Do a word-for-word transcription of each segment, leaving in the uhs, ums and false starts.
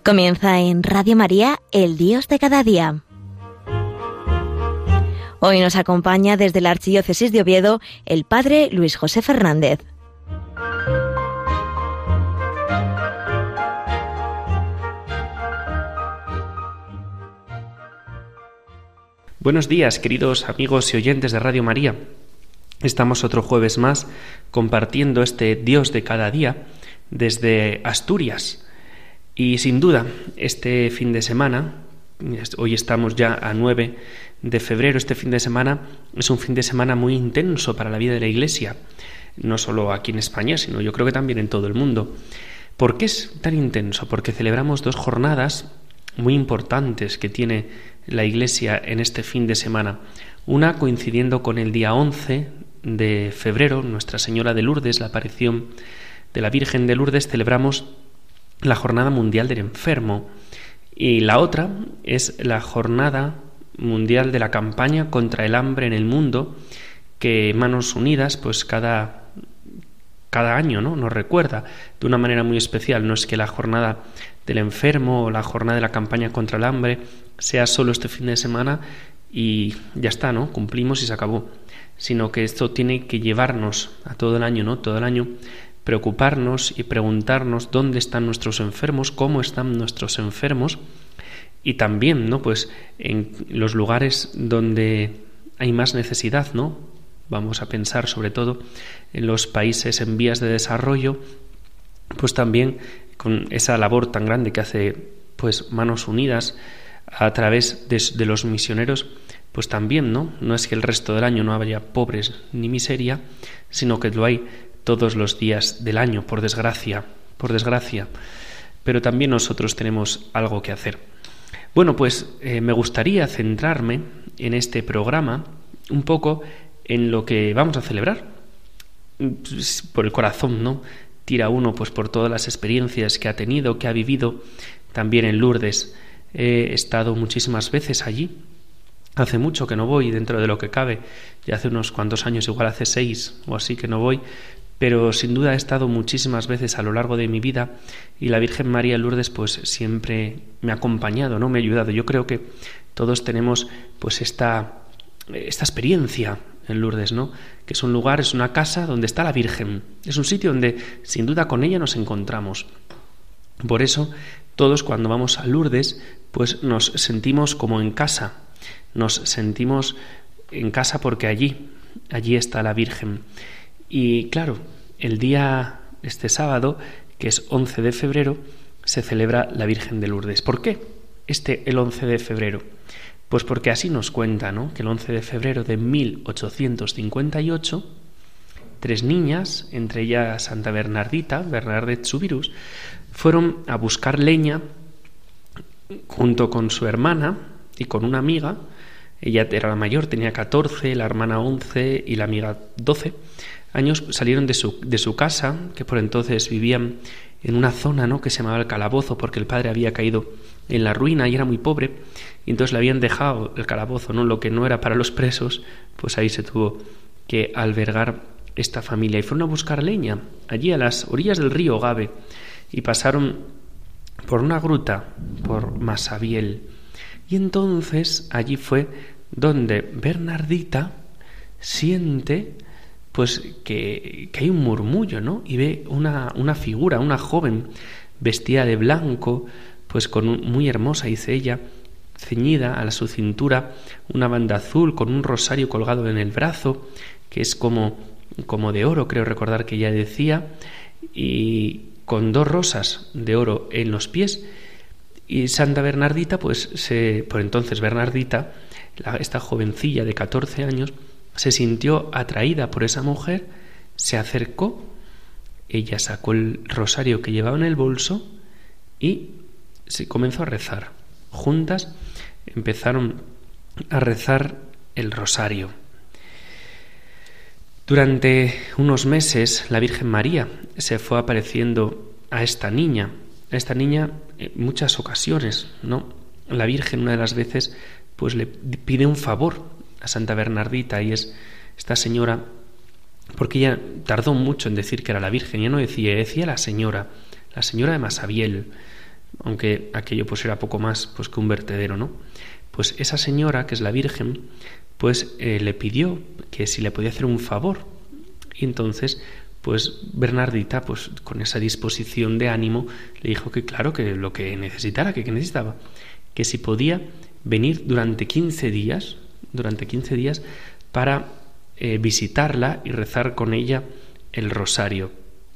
Comienza en Radio María, el Dios de cada día. Hoy nos acompaña desde la Archidiócesis de Oviedo el Padre Luis José Fernández. Buenos días, queridos amigos y oyentes de Radio María. Estamos otro jueves más compartiendo este Dios de cada día desde Asturias. Y sin duda, este fin de semana, hoy estamos ya a nueve de febrero, este fin de semana es un fin de semana muy intenso para la vida de la Iglesia, no solo aquí en España, sino yo creo que también en todo el mundo. ¿Por qué es tan intenso? Porque celebramos dos jornadas muy importantes que tiene la Iglesia en este fin de semana. Una coincidiendo con el día once de febrero, Nuestra Señora de Lourdes, la aparición de la Virgen de Lourdes, celebramos la Jornada Mundial del Enfermo, y la otra es la Jornada Mundial de la Campaña contra el Hambre en el Mundo, que Manos Unidas pues cada, cada año, ¿no?, nos recuerda de una manera muy especial. No es que la Jornada del Enfermo o la Jornada de la Campaña contra el Hambre sea solo este fin de semana y ya está, ¿no?, cumplimos y se acabó, sino que esto tiene que llevarnos a todo el año, ¿no?, todo el año preocuparnos y preguntarnos dónde están nuestros enfermos, cómo están nuestros enfermos, y también, ¿no?, pues en los lugares donde hay más necesidad, ¿no? Vamos a pensar sobre todo en los países en vías de desarrollo, pues también con esa labor tan grande que hace pues Manos Unidas a través de, de los misioneros, pues también, ¿no? No es que el resto del año no haya pobres ni miseria, sino que lo hay todos los días del año, por desgracia, por desgracia. Pero también nosotros tenemos algo que hacer. Bueno, pues eh, me gustaría centrarme en este programa un poco en lo que vamos a celebrar. Por el corazón, ¿no?, tira uno pues por todas las experiencias que ha tenido, que ha vivido también en Lourdes. He estado muchísimas veces allí. Hace mucho que no voy, dentro de lo que cabe, ya hace unos cuantos años, igual hace seis o así que no voy, pero sin duda he estado muchísimas veces a lo largo de mi vida y la Virgen María de Lourdes pues siempre me ha acompañado, ¿no?, me ha ayudado. Yo creo que todos tenemos pues esta, esta experiencia en Lourdes, ¿no?, que es un lugar, es una casa donde está la Virgen, es un sitio donde sin duda con ella nos encontramos. Por eso todos cuando vamos a Lourdes pues nos sentimos como en casa, nos sentimos en casa porque allí, allí está la Virgen. Y claro, el día, este sábado, que es once de febrero, se celebra la Virgen de Lourdes. ¿Por qué este el once de febrero? Pues porque así nos cuenta, ¿no?, que el once de febrero de mil ochocientos cincuenta y ocho, tres niñas, entre ellas Santa Bernardita, Bernadette Subirus, fueron a buscar leña junto con su hermana y con una amiga. Ella era la mayor, tenía catorce, la hermana once y la amiga doce años. Salieron de su, de su casa, que por entonces vivían en una zona, ¿no?, que se llamaba el Calabozo, porque el padre había caído en la ruina y era muy pobre, y entonces le habían dejado el calabozo, ¿no?, lo que no era para los presos, pues ahí se tuvo que albergar esta familia. Y fueron a buscar leña allí a las orillas del río Gave, y pasaron por una gruta, por Masabiel, y entonces allí fue donde Bernardita siente pues que, que hay un murmullo, ¿no?, y ve una, una figura, una joven vestida de blanco, pues con un, muy hermosa, dice ella, ceñida a su cintura una banda azul con un rosario colgado en el brazo, que es como, como de oro, creo recordar que ella decía, y con dos rosas de oro en los pies. Y Santa Bernardita, pues se, por entonces Bernardita, la, esta jovencilla de catorce años, se sintió atraída por esa mujer, se acercó, ella sacó el rosario que llevaba en el bolso y se comenzó a rezar. Juntas empezaron a rezar el rosario. Durante unos meses la Virgen María se fue apareciendo a esta niña, a esta niña en muchas ocasiones, ¿no? La Virgen una de las veces pues le pide un favor a Santa Bernardita, y es esta señora, porque ella tardó mucho en decir que era la Virgen, ya no decía, decía la señora, la señora de Masabiel. aunque aquello pues era poco más pues que un vertedero, ¿no? Pues esa señora, que es la Virgen, pues eh, le pidió que si le podía hacer un favor. Y entonces, pues Bernardita, pues con esa disposición de ánimo, le dijo que claro, que lo que necesitara, que, que necesitaba, que si podía venir durante quince días, durante quince días, para eh, visitarla y rezar con ella el rosario.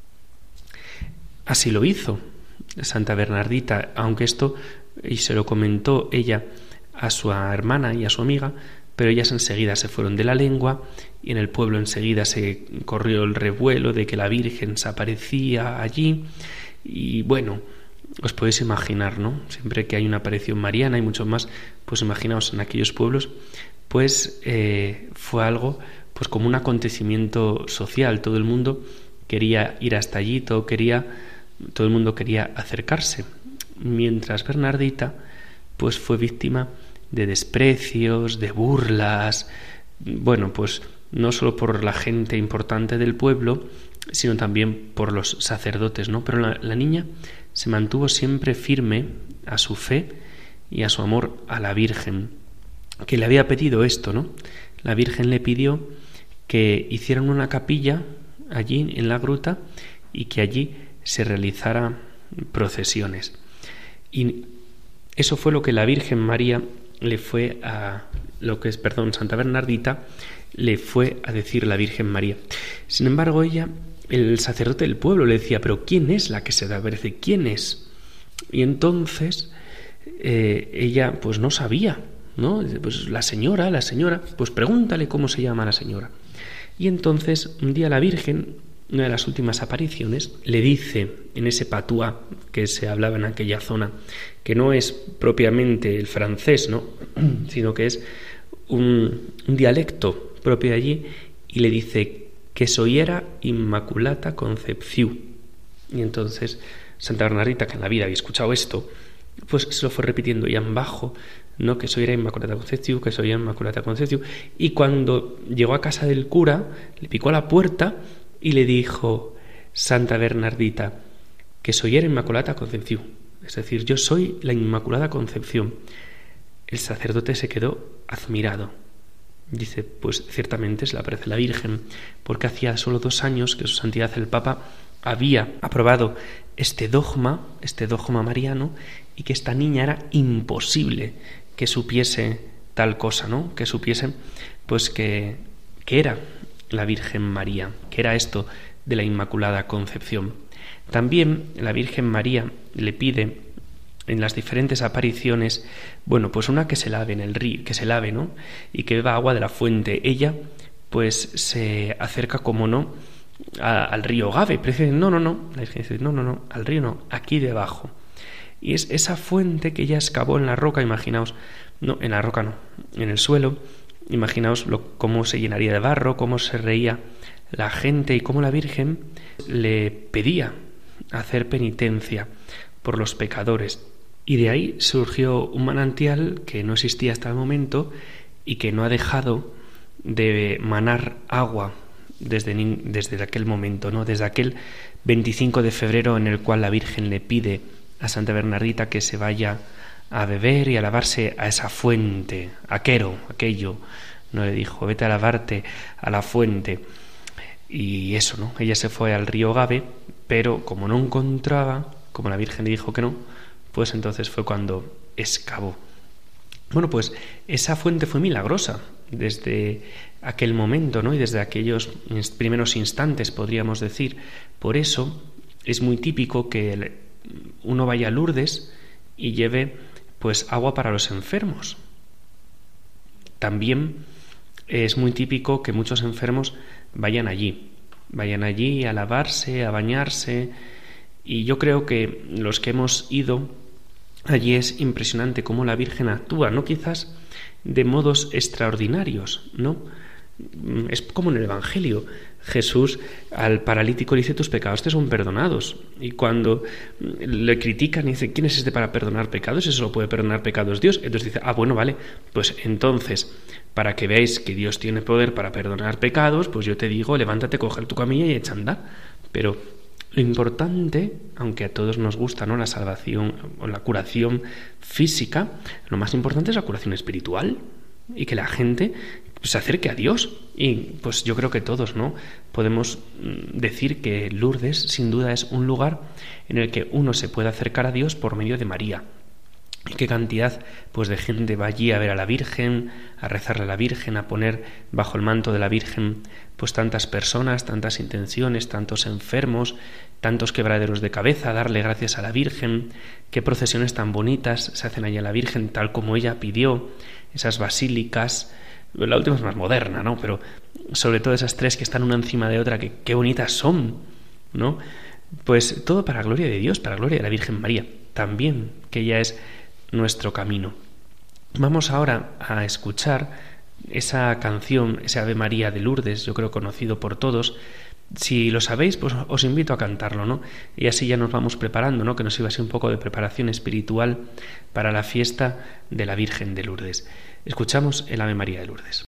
Así lo hizo Santa Bernardita, aunque esto, y se lo comentó ella a su hermana y a su amiga, pero ellas enseguida se fueron de la lengua y en el pueblo enseguida se corrió el revuelo de que la Virgen se aparecía allí y bueno, os podéis imaginar, ¿no? Siempre que hay una aparición mariana y mucho más, pues imaginaos en aquellos pueblos, pues eh, fue algo pues como un acontecimiento social, todo el mundo quería ir hasta allí, todo, quería, todo el mundo quería acercarse, mientras Bernardita pues fue víctima de desprecios, de burlas, bueno, pues no solo por la gente importante del pueblo, sino también por los sacerdotes, ¿no? Pero la, la niña se mantuvo siempre firme a su fe y a su amor a la Virgen, que le había pedido esto, ¿no? La Virgen le pidió que hicieran una capilla allí en la gruta y que allí se realizara procesiones. Y eso fue lo que la Virgen María le fue a lo que es, perdón, Santa Bernardita le fue a decir la Virgen María. Sin embargo, ella, el sacerdote del pueblo le decía, pero ¿quién es la que se da aparece? ¿Quién es? Y entonces eh, ella pues no sabía, ¿no? Pues la señora, la señora, pues pregúntale cómo se llama la señora. Y entonces un día la Virgen, una de las últimas apariciones, le dice en ese patuá que se hablaba en aquella zona, que no es propiamente el francés, ¿no? Sino que es un, un dialecto propio de allí, y le dice que soyera Inmaculata Concepción. Y entonces Santa Bernardita, que en la vida había escuchado esto, pues se lo fue repitiendo y en bajo, ¿no? Que soyera Inmaculata Concepción, que soyera Inmaculata Concepción. Y cuando llegó a casa del cura, le picó a la puerta y le dijo, Santa Bernardita, que soyera Inmaculata Concepción. Es decir, yo soy la Inmaculada Concepción. El sacerdote se quedó admirado. Dice, pues ciertamente se le aparece la Virgen, porque hacía solo dos años que su santidad el Papa había aprobado este dogma, este dogma mariano, y que esta niña era imposible que supiese tal cosa, ¿no? Que supiese, pues que, que era la Virgen María, que era esto de la Inmaculada Concepción. También la Virgen María le pide en las diferentes apariciones, bueno, pues una que se lave en el río, que se lave, ¿no? Y que beba agua de la fuente. Ella, pues, se acerca, como no, a, al río Gave. Pero dice, no, no, no. La Virgen dice, no, no, no, al río no, aquí debajo. Y es esa fuente que ella excavó en la roca, imaginaos, no, en la roca no, en el suelo. Imaginaos lo, cómo se llenaría de barro, cómo se reía la gente y cómo la Virgen le pedía hacer penitencia por los pecadores. Y de ahí surgió un manantial que no existía hasta el momento y que no ha dejado de manar agua desde, desde aquel momento, ¿no? Desde aquel veinticinco de febrero en el cual la Virgen le pide a Santa Bernardita que se vaya a beber y a lavarse a esa fuente, aquero, aquello, no le dijo, vete a lavarte a la fuente. Y eso, ¿no? Ella se fue al río Gave, pero como no encontraba, como la Virgen le dijo que no, pues entonces fue cuando excavó. Bueno, pues esa fuente fue milagrosa desde aquel momento, ¿no? Y desde aquellos primeros instantes, podríamos decir. Por eso es muy típico que uno vaya a Lourdes y lleve, pues, agua para los enfermos. También es muy típico que muchos enfermos vayan allí, vayan allí a lavarse, a bañarse. Y yo creo que los que hemos ido allí es impresionante cómo la Virgen actúa, no quizás de modos extraordinarios, ¿no? Es como en el Evangelio. Jesús al paralítico le dice, tus pecados te son perdonados. Y cuando le critican y dicen, ¿quién es este para perdonar pecados? Eso lo puede perdonar pecados Dios. Entonces dice, ah, bueno, vale, pues entonces, para que veáis que Dios tiene poder para perdonar pecados, pues yo te digo, levántate, coge tu camilla y echa a andar. Pero Lo importante, aunque a todos nos gusta, ¿no?, la salvación o la curación física, lo más importante es la curación espiritual y que la gente se acerque a Dios. Y pues yo creo que todos, ¿no?, podemos decir que Lourdes sin duda es un lugar en el que uno se puede acercar a Dios por medio de María. Y qué cantidad pues de gente va allí a ver a la Virgen, a rezarle a la Virgen, a poner bajo el manto de la Virgen pues tantas personas, tantas intenciones, tantos enfermos, tantos quebraderos de cabeza, a darle gracias a la Virgen. Qué procesiones tan bonitas se hacen allí a la Virgen, tal como ella pidió, esas basílicas. La última es más moderna, ¿no? Pero sobre todo esas tres que están una encima de otra, que qué bonitas son, ¿no? Pues todo para la gloria de Dios, para la gloria de la Virgen María. También, que ella es nuestro camino. Vamos ahora a escuchar esa canción, ese Ave María de Lourdes, yo creo conocido por todos. Si lo sabéis, pues os invito a cantarlo, ¿no? Y así ya nos vamos preparando, ¿no?, que nos sirva así un poco de preparación espiritual para la fiesta de la Virgen de Lourdes. Escuchamos el Ave María de Lourdes.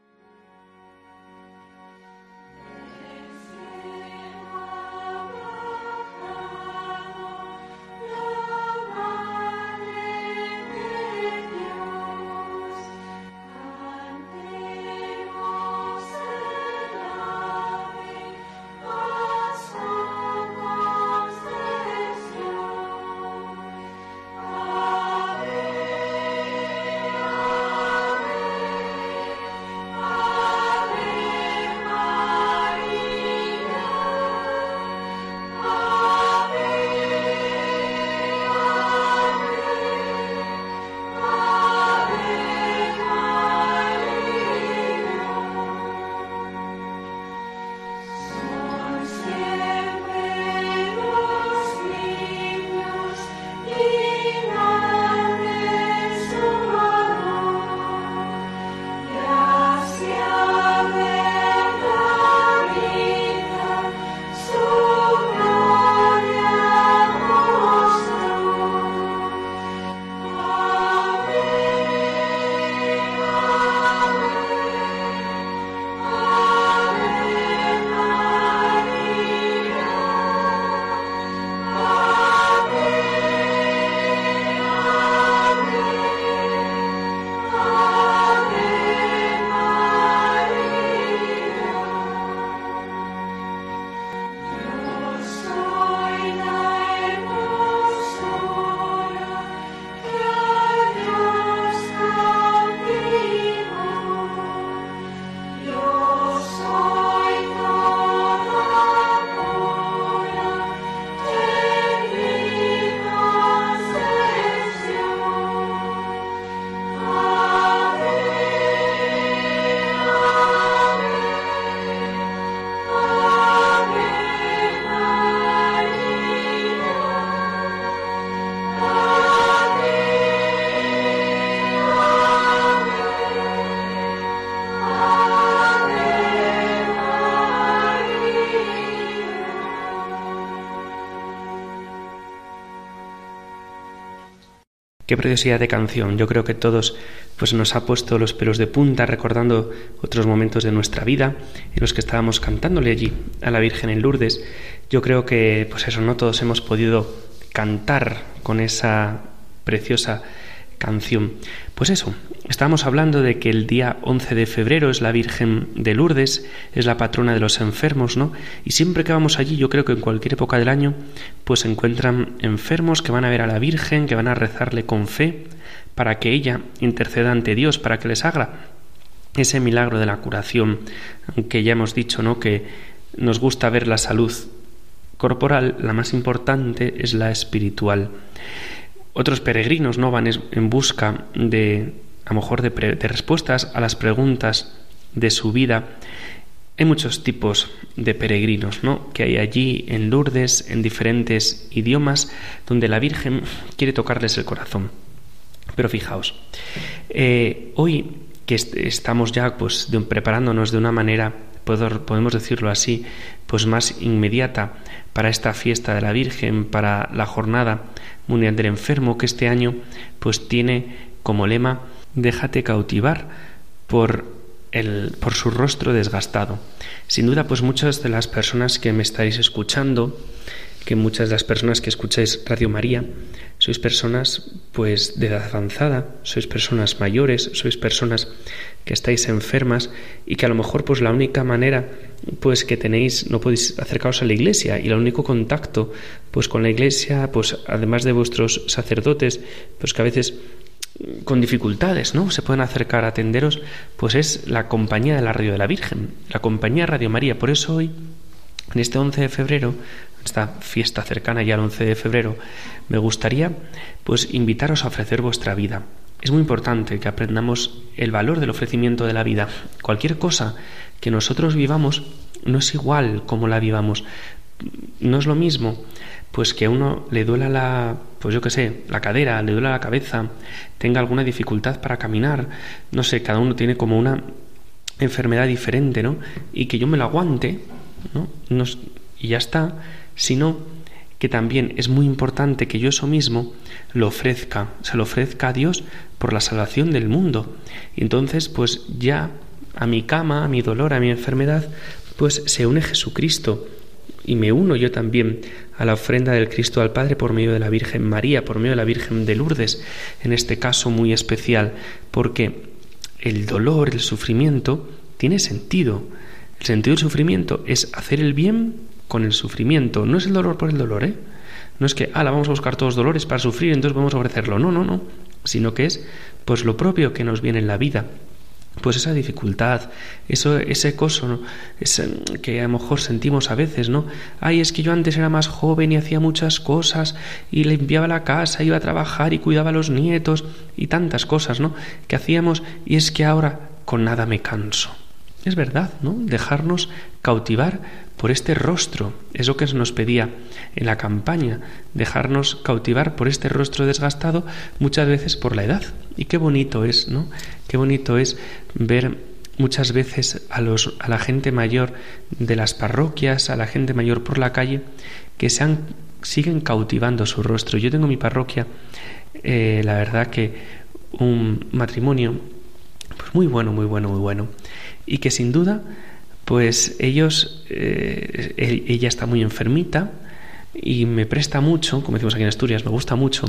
Qué preciosidad de canción. Yo creo que todos pues nos ha puesto los pelos de punta recordando otros momentos de nuestra vida en los que estábamos cantándole allí a la Virgen en Lourdes. Yo creo que pues eso, no todos hemos podido cantar con esa preciosa canción. Pues eso, estábamos hablando de que el día once de febrero es la Virgen de Lourdes, es la patrona de los enfermos, ¿no? Y siempre que vamos allí, yo creo que en cualquier época del año, pues se encuentran enfermos que van a ver a la Virgen, que van a rezarle con fe, para que ella interceda ante Dios, para que les haga ese milagro de la curación, aunque ya hemos dicho, ¿no?, que nos gusta ver la salud corporal, la más importante es la espiritual. Otros peregrinos no van en busca de, a lo mejor, de, pre, de respuestas a las preguntas de su vida. Hay muchos tipos de peregrinos, ¿no?, que hay allí en Lourdes, en diferentes idiomas, donde la Virgen quiere tocarles el corazón. Pero fijaos, eh, hoy que est- estamos ya pues de, preparándonos de una manera, podemos decirlo así, pues más inmediata para esta fiesta de la Virgen, para la Jornada Mundial del Enfermo, que este año pues tiene como lema: déjate cautivar por el, por su rostro desgastado. Sin duda, pues muchas de las personas que me estáis escuchando, que muchas de las personas que escucháis Radio María, sois personas pues de edad avanzada, sois personas mayores, sois personas que estáis enfermas y que a lo mejor pues la única manera pues que tenéis, no podéis acercaros a la iglesia, y el único contacto pues con la iglesia, pues además de vuestros sacerdotes, pues que a veces con dificultades, ¿no?, se pueden acercar a atenderos, pues es la compañía de la Radio de la Virgen, la compañía Radio María. Por eso hoy, en este once de febrero, esta fiesta cercana ya al once de febrero, me gustaría pues invitaros a ofrecer vuestra vida. Es muy importante que aprendamos el valor del ofrecimiento de la vida. Cualquier cosa que nosotros vivamos no es igual como la vivamos. No es lo mismo pues que a uno le duela la, pues yo qué sé, la cadera, le duela la cabeza, tenga alguna dificultad para caminar, no sé, cada uno tiene como una enfermedad diferente, ¿no? Y que yo me lo aguante, ¿no? No, y ya está, sino que también es muy importante que yo eso mismo lo ofrezca, se lo ofrezca a Dios por la salvación del mundo. Y entonces, pues ya a mi cama, a mi dolor, a mi enfermedad, pues se une Jesucristo. Y me uno yo también a la ofrenda del Cristo al Padre por medio de la Virgen María, por medio de la Virgen de Lourdes, en este caso muy especial, porque el dolor, el sufrimiento, tiene sentido. El sentido del sufrimiento es hacer el bien con el sufrimiento. No es el dolor por el dolor, ¿eh? No es que, ah, la vamos a buscar todos dolores para sufrir, entonces vamos a ofrecerlo. No, no, no. Sino que es pues lo propio que nos viene en la vida. Pues esa dificultad, eso, ese coso, ¿no?, ese, que a lo mejor sentimos a veces, ¿no? Ay, es que yo antes era más joven y hacía muchas cosas y limpiaba la casa, iba a trabajar y cuidaba a los nietos y tantas cosas, ¿no?, que hacíamos, y es que ahora con nada me canso. Es verdad, ¿no? Dejarnos cautivar por este rostro, eso que nos pedía en la campaña, dejarnos cautivar por este rostro desgastado, muchas veces por la edad. Y qué bonito es, ¿no? Qué bonito es ver muchas veces a los a la gente mayor de las parroquias, a la gente mayor por la calle, que se han, siguen cautivando su rostro. Yo tengo en mi parroquia, eh, la verdad que un matrimonio pues muy bueno, muy bueno, muy bueno, y que sin duda pues ellos, eh, ella está muy enfermita y me presta mucho, como decimos aquí en Asturias, me gusta mucho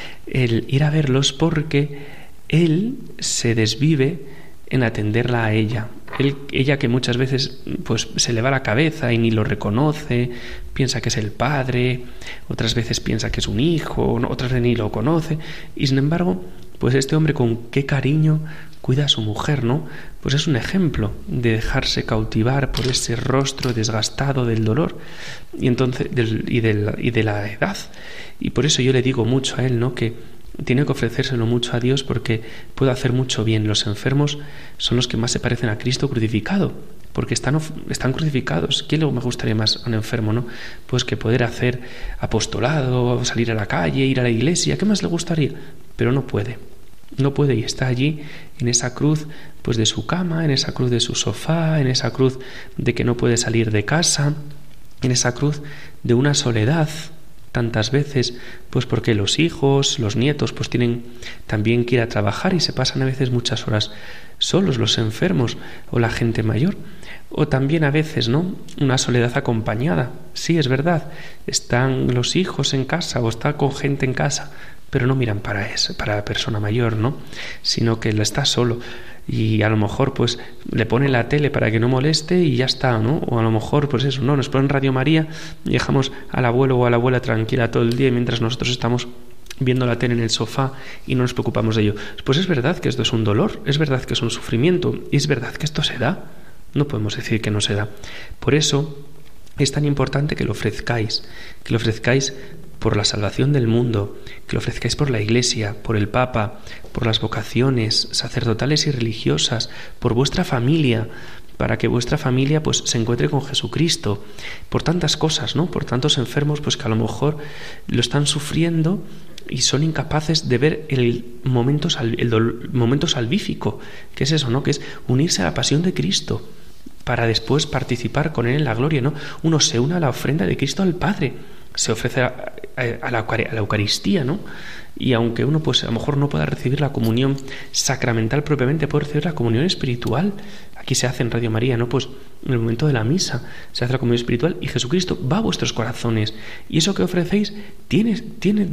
el ir a verlos porque él se desvive en atenderla a ella. Él, ella que muchas veces pues se le va la cabeza y ni lo reconoce, piensa que es el padre, otras veces piensa que es un hijo, otras veces ni lo conoce, y sin embargo pues este hombre con qué cariño cuida a su mujer, ¿no? Pues es un ejemplo de dejarse cautivar por ese rostro desgastado del dolor y entonces del, y, del, y de la edad. Y por eso yo le digo mucho a él, ¿no?, que tiene que ofrecérselo mucho a Dios porque puede hacer mucho bien. Los enfermos son los que más se parecen a Cristo crucificado, porque están, están crucificados. ¿Qué le me gustaría más a un enfermo, no? Pues que poder hacer apostolado, salir a la calle, ir a la iglesia. ¿Qué más le gustaría? Pero no puede. No puede, y está allí en esa cruz pues de su cama, en esa cruz de su sofá, en esa cruz de que no puede salir de casa, en esa cruz de una soledad tantas veces, pues porque los hijos, los nietos pues tienen también que ir a trabajar y se pasan a veces muchas horas solos, los enfermos o la gente mayor. O también a veces, ¿no?, una soledad acompañada. Sí, es verdad, están los hijos en casa o está con gente en casa, pero no miran para eso, para la persona mayor, ¿no?, sino que él está solo y a lo mejor pues le pone la tele para que no moleste y ya está, ¿no? O a lo mejor pues eso, no, nos ponen Radio María y dejamos al abuelo o a la abuela tranquila todo el día mientras nosotros estamos viendo la tele en el sofá y no nos preocupamos de ello. Pues es verdad que esto es un dolor, es verdad que es un sufrimiento y es verdad que esto se da. No podemos decir que no se da. Por eso es tan importante que lo ofrezcáis, que lo ofrezcáis por la salvación del mundo, que lo ofrezcáis por la Iglesia, por el Papa, por las vocaciones sacerdotales y religiosas, por vuestra familia, para que vuestra familia pues se encuentre con Jesucristo, por tantas cosas, ¿no? Por tantos enfermos pues que a lo mejor lo están sufriendo y son incapaces de ver el momento, sal, el dol, momento salvífico, que es eso, ¿no?, que es unirse a la pasión de Cristo para después participar con Él en la gloria, ¿no? Uno se une a la ofrenda de Cristo al Padre. se ofrece a, a, a, la, a la Eucaristía, ¿no? Y aunque uno pues a lo mejor no pueda recibir la comunión sacramental propiamente, puede recibir la comunión espiritual. Aquí se hace en Radio María, ¿no? Pues en el momento de la misa se hace la comunión espiritual y Jesucristo va a vuestros corazones. Y eso que ofrecéis tiene, tiene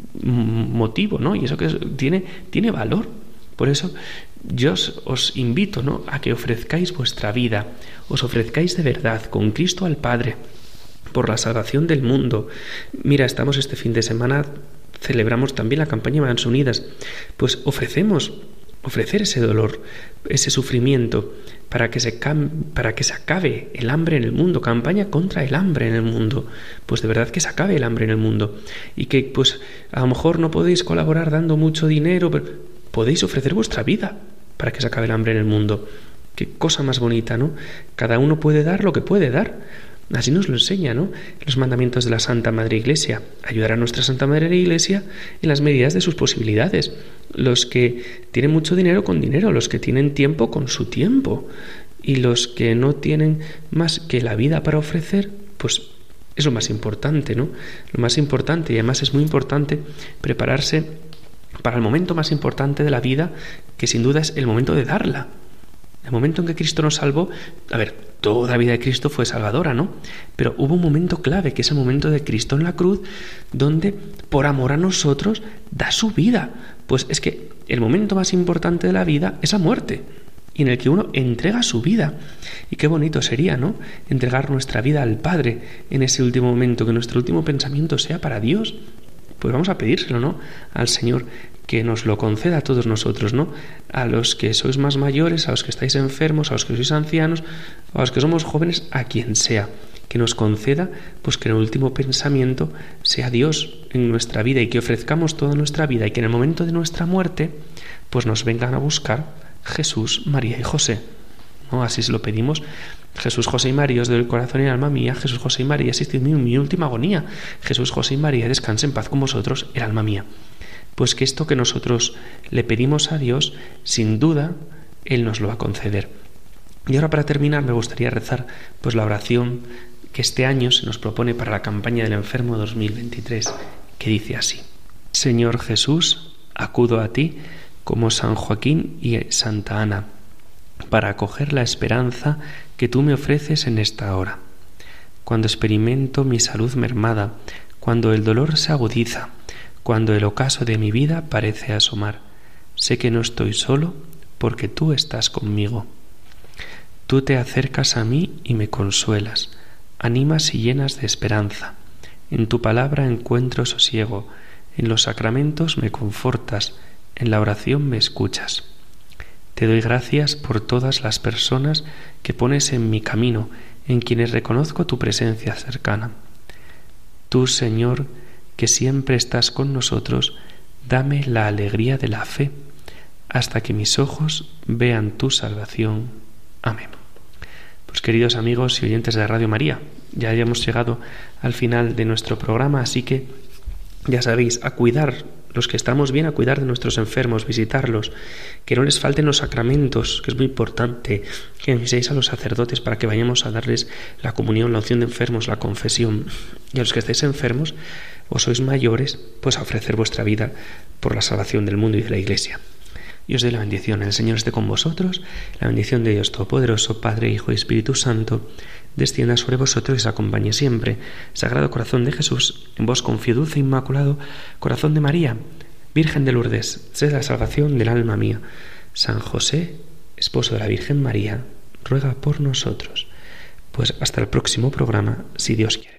motivo, ¿no? Y eso que tiene, tiene valor. Por eso yo os, os invito, ¿no?, a que ofrezcáis vuestra vida, os ofrezcáis de verdad con Cristo al Padre, por la salvación del mundo. Mira, estamos este fin de semana, celebramos también la campaña Manos Unidas, pues ofrecemos, ofrecer ese dolor, ese sufrimiento, para que se cam- para que se acabe el hambre en el mundo, campaña contra el hambre en el mundo, pues de verdad que se acabe el hambre en el mundo, y que pues a lo mejor no podéis colaborar dando mucho dinero, pero podéis ofrecer vuestra vida para que se acabe el hambre en el mundo. Qué cosa más bonita, ¿no? Cada uno puede dar lo que puede dar. Así nos lo enseña, ¿no?, los mandamientos de la Santa Madre Iglesia. Ayudar a nuestra Santa Madre Iglesia en las medidas de sus posibilidades. Los que tienen mucho dinero con dinero, los que tienen tiempo con su tiempo. Y los que no tienen más que la vida para ofrecer, pues es lo más importante, ¿no? Lo más importante, y además es muy importante prepararse para el momento más importante de la vida, que sin duda es el momento de darla. El momento en que Cristo nos salvó, a ver, toda la vida de Cristo fue salvadora, ¿no? Pero hubo un momento clave, que es el momento de Cristo en la cruz, donde por amor a nosotros da su vida. Pues es que el momento más importante de la vida es la muerte, y en el que uno entrega su vida. Y qué bonito sería, ¿no?, entregar nuestra vida al Padre en ese último momento, que nuestro último pensamiento sea para Dios. Pues vamos a pedírselo, ¿no?, al Señor, que nos lo conceda a todos nosotros, ¿no? A los que sois más mayores, a los que estáis enfermos, a los que sois ancianos, a los que somos jóvenes, a quien sea, que nos conceda, pues que en el último pensamiento sea Dios en nuestra vida, y que ofrezcamos toda nuestra vida, y que en el momento de nuestra muerte, pues nos vengan a buscar Jesús, María y José, ¿no? Así se lo pedimos. Jesús, José y María, os doy el corazón y el alma mía. Jesús, José y María, asistidme en mi última agonía. Jesús, José y María, descanse en paz con vosotros, el alma mía. Pues que esto que nosotros le pedimos a Dios, sin duda, Él nos lo va a conceder. Y ahora, para terminar, me gustaría rezar pues la oración que este año se nos propone para la campaña del enfermo dos mil veintitrés, que dice así: Señor Jesús, acudo a ti como San Joaquín y Santa Ana, para acoger la esperanza que tú me ofreces en esta hora. Cuando experimento mi salud mermada, cuando el dolor se agudiza, cuando el ocaso de mi vida parece asomar, sé que no estoy solo porque tú estás conmigo. Tú te acercas a mí y me consuelas, animas y llenas de esperanza. En tu palabra encuentro sosiego, en los sacramentos me confortas, en la oración me escuchas. Te doy gracias por todas las personas que pones en mi camino, en quienes reconozco tu presencia cercana. Tú, Señor, que siempre estás con nosotros, dame la alegría de la fe, hasta que mis ojos vean tu salvación. Amén. Pues queridos amigos y oyentes de Radio María, ya hayamos llegado al final de nuestro programa, así que ya sabéis, a cuidar, los que estamos bien, a cuidar de nuestros enfermos, visitarlos, que no les falten los sacramentos, que es muy importante, que aviséis a los sacerdotes para que vayamos a darles la comunión, la unción de enfermos, la confesión. Y a los que estéis enfermos o sois mayores, pues a ofrecer vuestra vida por la salvación del mundo y de la Iglesia. Y os doy la bendición. El Señor esté con vosotros. La bendición de Dios Todopoderoso, Padre, Hijo y Espíritu Santo, descienda sobre vosotros y os acompañe siempre. Sagrado Corazón de Jesús, en vos confío, dulce e inmaculado Corazón de María, Virgen de Lourdes, sed la salvación del alma mía. San José, esposo de la Virgen María, ruega por nosotros. Pues hasta el próximo programa, si Dios quiere.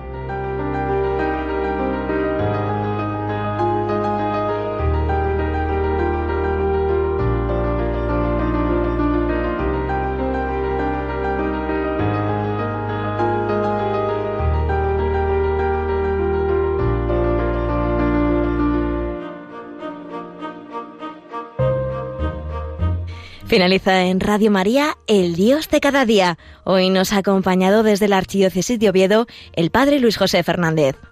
Finaliza en Radio María, El Dios de cada día. Hoy nos ha acompañado desde la Archidiócesis de Oviedo el Padre Luis José Fernández.